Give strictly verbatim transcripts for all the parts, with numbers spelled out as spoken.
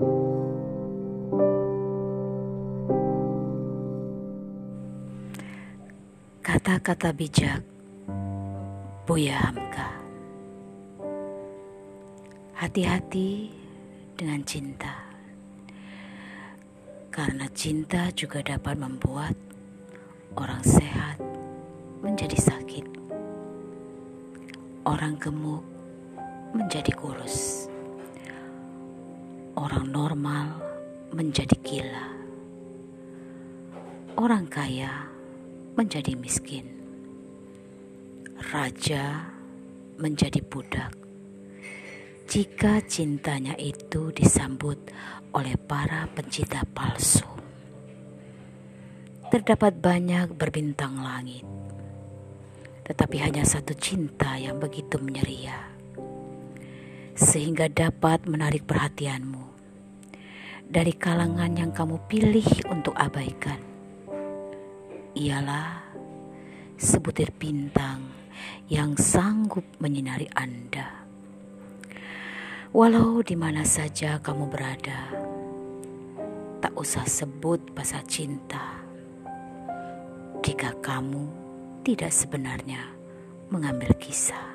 Kata-kata bijak Buya Hamka. Hati-hati dengan cinta, karena cinta juga dapat membuat orang sehat menjadi sakit, orang gemuk menjadi kurus, orang normal menjadi gila, orang kaya menjadi miskin, raja menjadi budak, jika cintanya itu disambut oleh para pencinta palsu. Terdapat banyak berbintang langit, tetapi hanya satu cinta yang begitu menyeria, sehingga dapat menarik perhatianmu dari kalangan yang kamu pilih untuk abaikan. Ialah sebutir bintang yang sanggup menyinari Anda. Walau di mana saja kamu berada, tak usah sebut bahasa cinta jika kamu tidak sebenarnya mengambil kisah.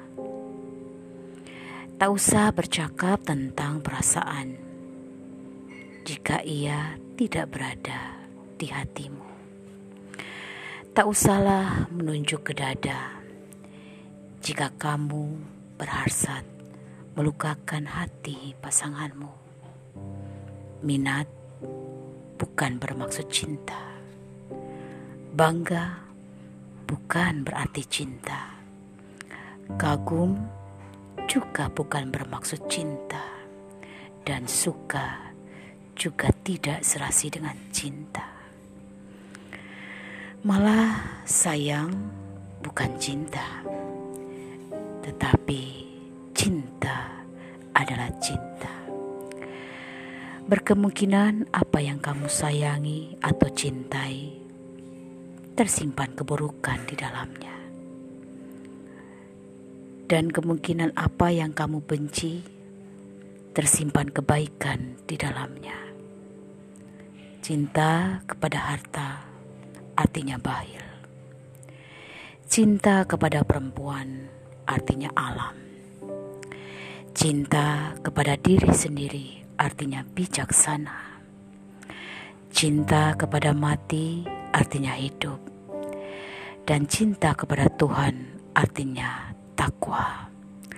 Tak usah bercakap tentang perasaan jika ia tidak berada di hatimu. Tak usahlah menunjuk ke dada jika kamu berhasrat melukakan hati pasanganmu. Minat bukan bermaksud cinta. Bangga bukan berarti cinta. Kagum juga bukan bermaksud cinta. Dan suka juga tidak serasi dengan cinta. Malah sayang bukan cinta, tetapi cinta adalah cinta. Berkemungkinan apa yang kamu sayangi atau cintai tersimpan keburukan di dalamnya. Dan kemungkinan apa yang kamu benci tersimpan kebaikan di dalamnya. Cinta kepada harta artinya bahil. Cinta kepada perempuan artinya alam. Cinta kepada diri sendiri artinya bijaksana. Cinta kepada mati artinya hidup. Dan cinta kepada Tuhan artinya takwa.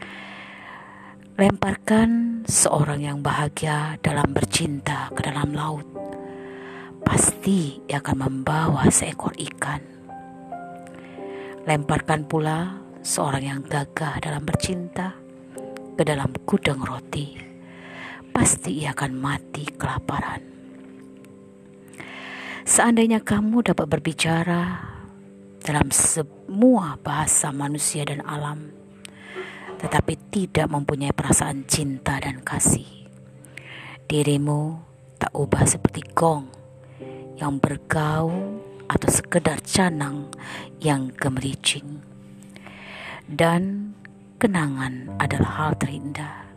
Lemparkan seorang yang bahagia dalam bercinta ke dalam laut, pasti ia akan membawa seekor ikan. Lemparkan pula seorang yang gagah dalam bercinta ke dalam gudang roti, pasti ia akan mati kelaparan. Seandainya kamu dapat berbicara dalam semua bahasa manusia dan alam, tetapi tidak mempunyai perasaan cinta dan kasih, dirimu tak ubah seperti gong yang bergaung atau sekedar canang yang gemericing. Dan kenangan adalah hal terindah.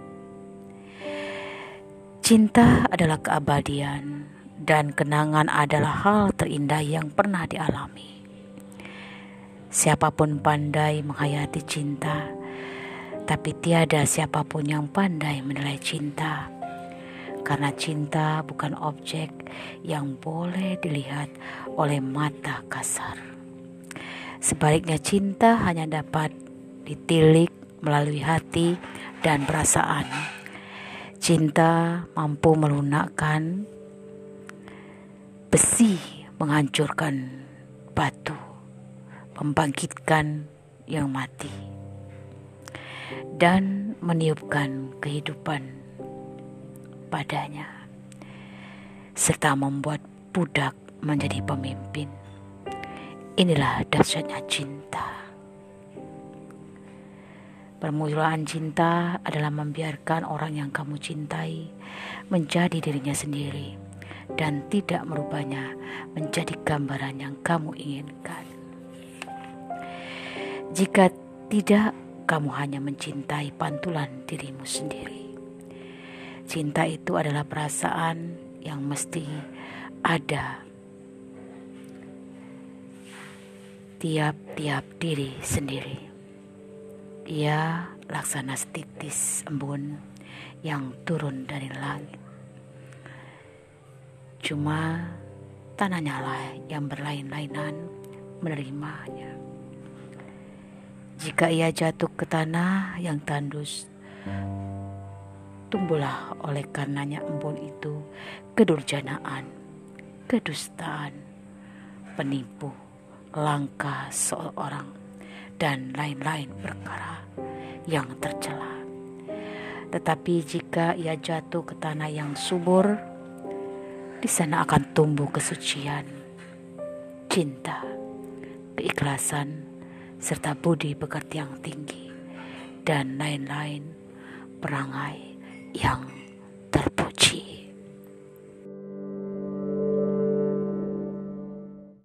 Cinta adalah keabadian dan kenangan adalah hal terindah yang pernah dialami. Siapapun pandai menghayati cinta, tapi tiada siapapun yang pandai menilai cinta. Karena cinta bukan objek yang boleh dilihat oleh mata kasar. Sebaliknya cinta hanya dapat ditilik melalui hati dan perasaan. Cinta mampu melunakkan besi, menghancurkan batu, membangkitkan yang mati, dan meniupkan kehidupan padanya, serta membuat budak menjadi pemimpin. Inilah dahsyatnya cinta. Permulaan cinta adalah membiarkan orang yang kamu cintai menjadi dirinya sendiri dan tidak merubahnya menjadi gambaran yang kamu inginkan. Jika tidak, kamu hanya mencintai pantulan dirimu sendiri. Cinta itu adalah perasaan yang mesti ada tiap-tiap diri sendiri. Ia laksana setitis embun yang turun dari langit. Cuma tanahnya lah yang berlain-lainan menerimanya. Jika ia jatuh ke tanah yang tandus, tumbuhlah oleh karenanya embun itu kedurjanaan, kedustaan, penipu, langkah seorang, dan lain-lain perkara yang tercela. Tetapi jika ia jatuh ke tanah yang subur, di sana akan tumbuh kesucian, cinta, keikhlasan, serta budi pekerti yang tinggi, dan lain-lain perangai yang